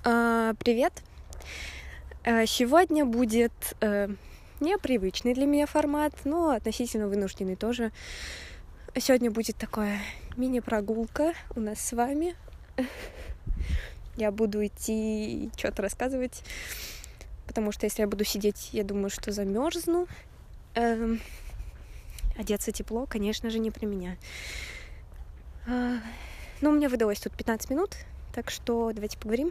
Привет! Сегодня будет непривычный для меня формат, но относительно вынужденный тоже. Сегодня будет такая мини-прогулка у нас с вами. Я буду идти и что-то рассказывать, потому что если я буду сидеть, я думаю, что замерзну. Одеться тепло, конечно же, не при меня. Но у меня выдалось тут 15 минут, так что давайте поговорим.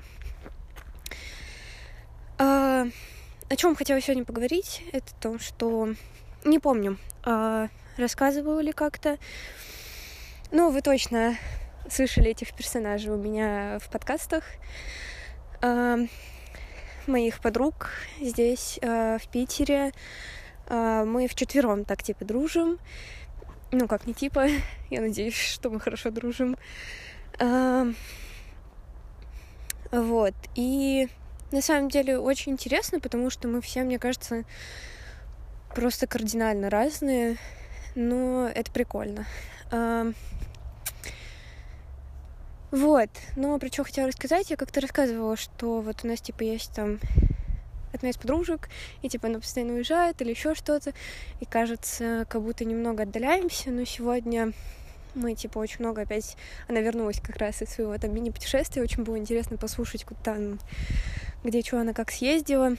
О чем хотела сегодня поговорить, это то, что не помню, рассказывала ли как-то. Ну, вы точно слышали этих персонажей у меня в подкастах. Моих подруг здесь, в Питере. Мы вчетвером так типа дружим. Ну, как не типа, я надеюсь, что мы хорошо дружим. Вот, и на самом деле очень интересно, потому что мы все, мне кажется, просто кардинально разные, но это прикольно. Вот, но про что хотела рассказать, я как-то рассказывала, что вот у нас типа есть там одна из подружек, и типа она постоянно уезжает или еще что-то, и кажется, как будто немного отдаляемся, но сегодня мы, типа, очень много опять... Она вернулась как раз из своего там мини-путешествия. Очень было интересно послушать, куда там, где что она как съездила.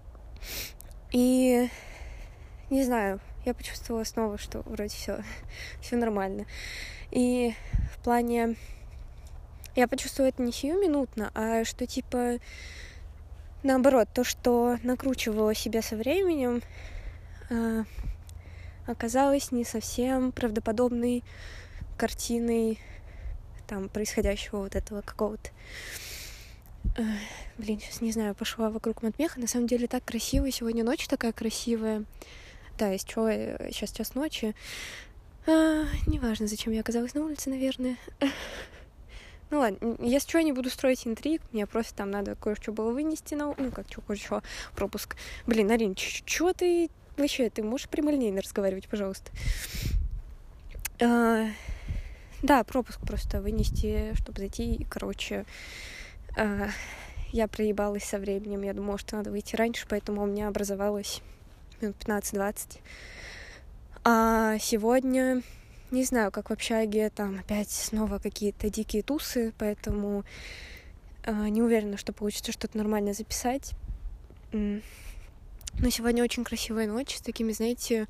И не знаю, я почувствовала снова, что вроде все нормально. И в плане... Я почувствовала это не сиюминутно, а что, типа, наоборот, то, что накручивала себя со временем, оказалось не совсем правдоподобной картиной там происходящего вот этого какого-то... Сейчас не знаю, пошла вокруг матмеха. На самом деле так красиво. Сегодня ночь такая красивая. Да, из чего сейчас час ночи. Неважно, зачем я оказалась на улице, наверное. Ну ладно, если что, я не буду строить интриг. Мне просто там надо кое-что было вынести на... Ну, как, кое-что, пропуск. Арин, чё ты... Вообще, ты можешь прямолинейно разговаривать, пожалуйста? Да, пропуск просто вынести, чтобы зайти. И, короче, я проебалась со временем. Я думала, что надо выйти раньше, поэтому у меня образовалось минут 15-20. А сегодня, не знаю, как в общаге, там опять снова какие-то дикие тусы, поэтому не уверена, что получится что-то нормально записать. Но сегодня очень красивая ночь с такими, знаете...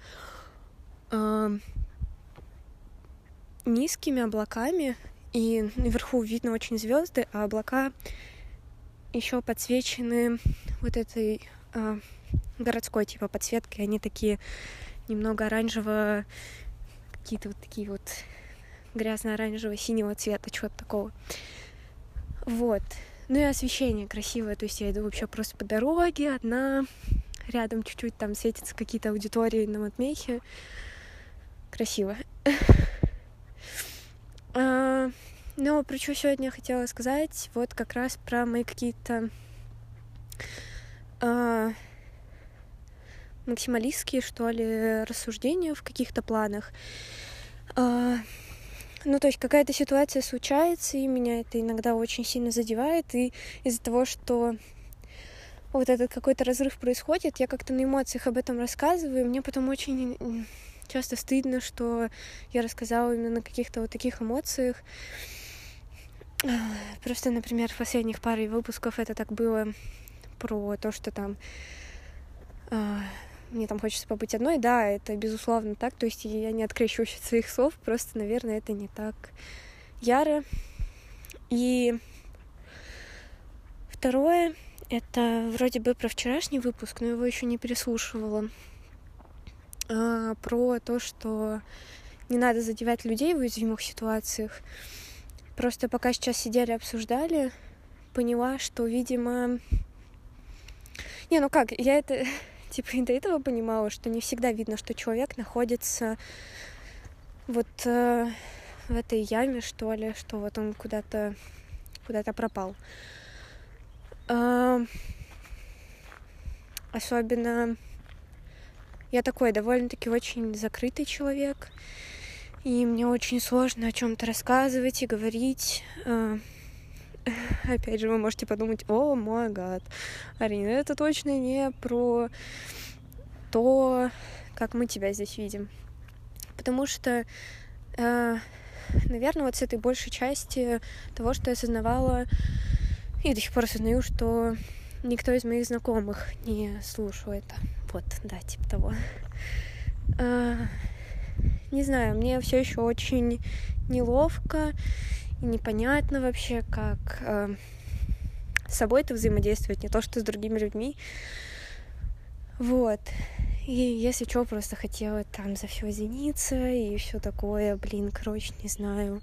низкими облаками, и наверху видно очень звезды, а облака еще подсвечены вот этой городской типа подсветкой. Они такие немного оранжево, какие-то вот такие вот грязно-оранжево-синего цвета, чего-то такого. Вот. Ну и освещение красивое, то есть я иду вообще просто по дороге, одна, рядом чуть-чуть там светятся какие-то аудитории на матмехе. Красиво. Но про что сегодня я хотела сказать, вот как раз про мои какие-то максималистские, что ли, рассуждения в каких-то планах. Ну, то есть какая-то ситуация случается, и меня это иногда очень сильно задевает, и из-за того, что вот этот какой-то разрыв происходит, я как-то на эмоциях об этом рассказываю, и мне потом очень... часто стыдно, что я рассказала именно на каких-то вот таких эмоциях. Просто, например, в последних паре выпусков это так было про то, что там мне там хочется побыть одной. Да, это безусловно так. То есть я не открещиваюсь от своих слов. Просто, наверное, это не так яро. И второе, это вроде бы про вчерашний выпуск, но его еще не переслушивала. Про то, что не надо задевать людей в уязвимых ситуациях. Просто пока сейчас сидели, обсуждали, поняла, что, видимо... я это типа и до этого понимала, что не всегда видно, что человек находится вот в этой яме, что ли, что вот он куда-то пропал. Особенно... Я такой довольно-таки очень закрытый человек, и мне очень сложно о чем-то рассказывать и говорить. опять же, вы можете подумать: о май гад, Арина, это точно не про то, как мы тебя здесь видим. Потому что, наверное, вот с этой большей части того, что я осознавала, и до сих пор осознаю, что никто из моих знакомых не слушал это. Вот, да, типа того. Не знаю, мне все еще очень неловко и непонятно вообще, как с собой-то взаимодействовать, не то что с другими людьми. Вот. И если что, просто хотела там за все извиниться и все такое. Блин, короче, не знаю.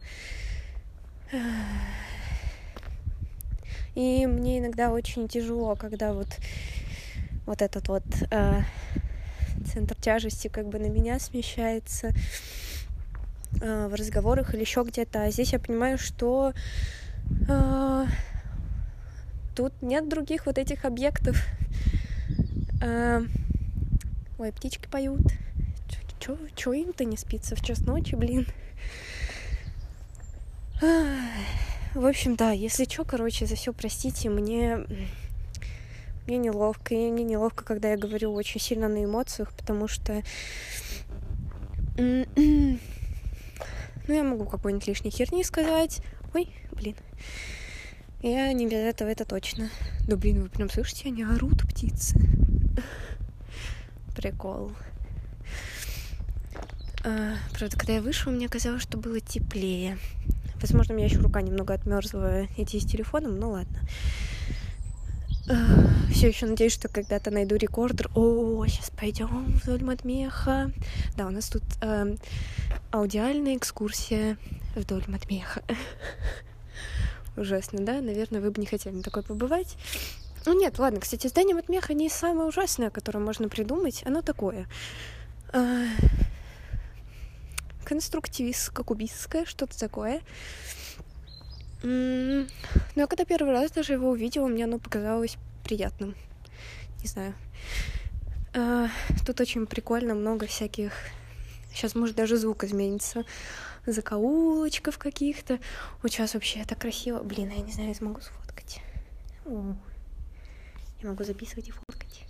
И мне иногда очень тяжело, когда вот этот вот центр тяжести как бы на меня смещается в разговорах или еще где-то. А здесь я понимаю, что тут нет других вот этих объектов. Ой, птички поют. Чё им-то не спится в час ночи, блин? В общем, да, если что, короче, за все простите, мне неловко. И мне неловко, когда я говорю очень сильно на эмоциях, потому что я могу какой-нибудь лишней херни сказать. Ой, блин. Я не без этого, это точно. Да, блин, вы прям слышите, они орут, птицы. Прикол. Правда, когда я вышла, мне казалось, что было теплее. Возможно, у меня еще рука немного отмерзла идти с телефоном, ну ладно. Все еще надеюсь, что когда-то найду рекордер. О, сейчас пойдем вдоль Матмеха. Да, у нас тут аудиальная экскурсия вдоль Матмеха. Ужасно, да? Наверное, вы бы не хотели на такой побывать. Ну нет, ладно, кстати, здание Матмеха не самое ужасное, которое можно придумать. Оно такое конструктивистско-кубистское, что-то такое. Но я когда первый раз даже его увидела, мне оно показалось приятным. Не знаю. Тут очень прикольно, много всяких... Сейчас, может, даже звук изменится. Закоулочков каких-то. Вот сейчас вообще так красиво. Блин, я не знаю, я смогу сфоткать. Я могу записывать и фоткать.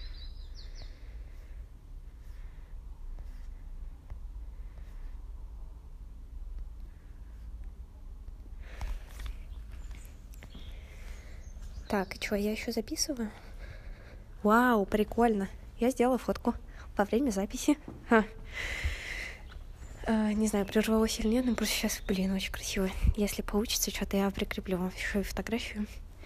Так, и что, я еще записываю? Вау, прикольно. Я сделала фотку во время записи. Не знаю, прервалось или нет, но просто сейчас, блин, очень красиво. Если получится, что-то я прикреплю вам еще и фотографию.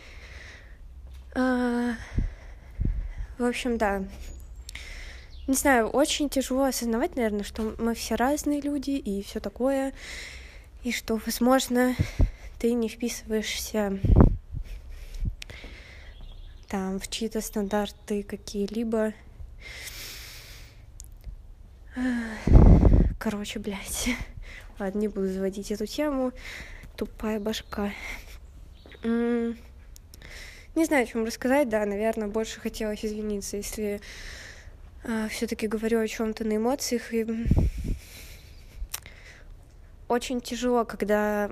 В общем, да. Не знаю, очень тяжело осознавать, наверное, что мы все разные люди и все такое. И что, возможно, ты не вписываешься там в чьи-то стандарты какие-либо. Короче, блядь. Ладно, не буду заводить эту тему. Тупая башка. Не знаю, о чем рассказать, да, наверное, больше хотелось извиниться, если все-таки говорю о чем-то на эмоциях. И очень тяжело, когда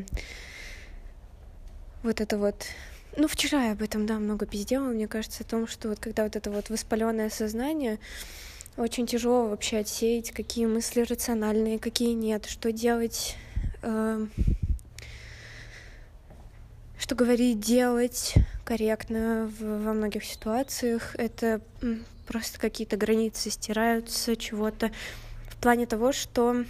вот это вот... Ну, вчера я об этом, да, много пиздела. Мне кажется, о том, что вот когда вот это вот воспаленное сознание, очень тяжело вообще отсеять, какие мысли рациональные, какие нет, что делать, что говорить, делать корректно во многих ситуациях. Это просто какие-то границы стираются, чего-то в плане того, что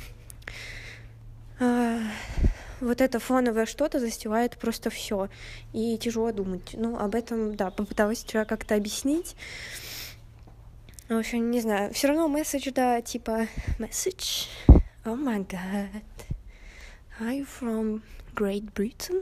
вот это фоновое что-то застилает просто все, и тяжело думать. Ну, об этом, да, попыталась вчера как-то объяснить. В общем, не знаю. Все равно месседж, да, типа message. Oh my god. Are you from Great Britain?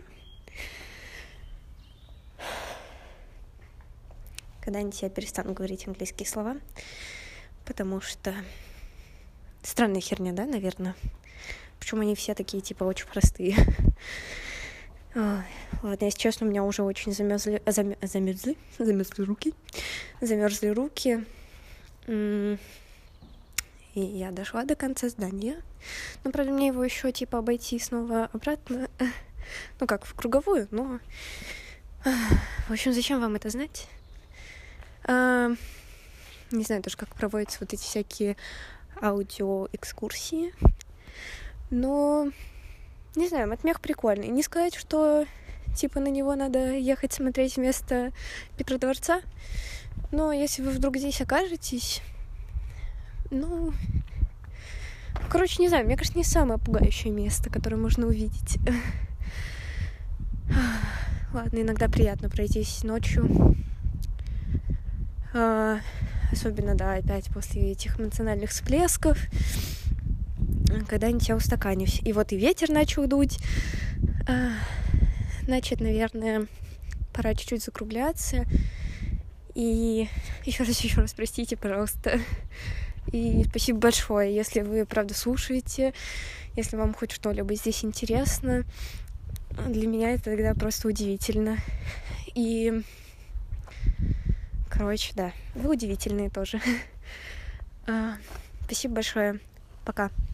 Когда-нибудь я перестану говорить английские слова, потому что странная херня, да, наверное. Причем они все такие, типа, очень простые. Ладно, если честно, у меня уже очень замерзли руки. И я дошла до конца здания. Но, правда, мне его еще, типа, обойти снова обратно Ну, как в круговую, но... В общем, зачем вам это знать? Не знаю тоже, как проводятся вот эти всякие аудиоэкскурсии. Но, не знаю, Матмех прикольный. Не сказать, что, типа, на него надо ехать смотреть вместо Петродворца. Но если вы вдруг здесь окажетесь, ну... Короче, не знаю, мне кажется, не самое пугающее место, которое можно увидеть. Ладно, иногда приятно пройтись ночью. Особенно, да, опять после этих эмоциональных всплесков, когда-нибудь я устаканюсь. И вот и ветер начал дуть. Значит, наверное, пора чуть-чуть закругляться. И еще раз простите, пожалуйста. И спасибо большое, если вы, правда, слушаете, если вам хоть что-либо здесь интересно. Для меня это тогда просто удивительно. И, короче, да, вы удивительные тоже. Спасибо большое. Пока.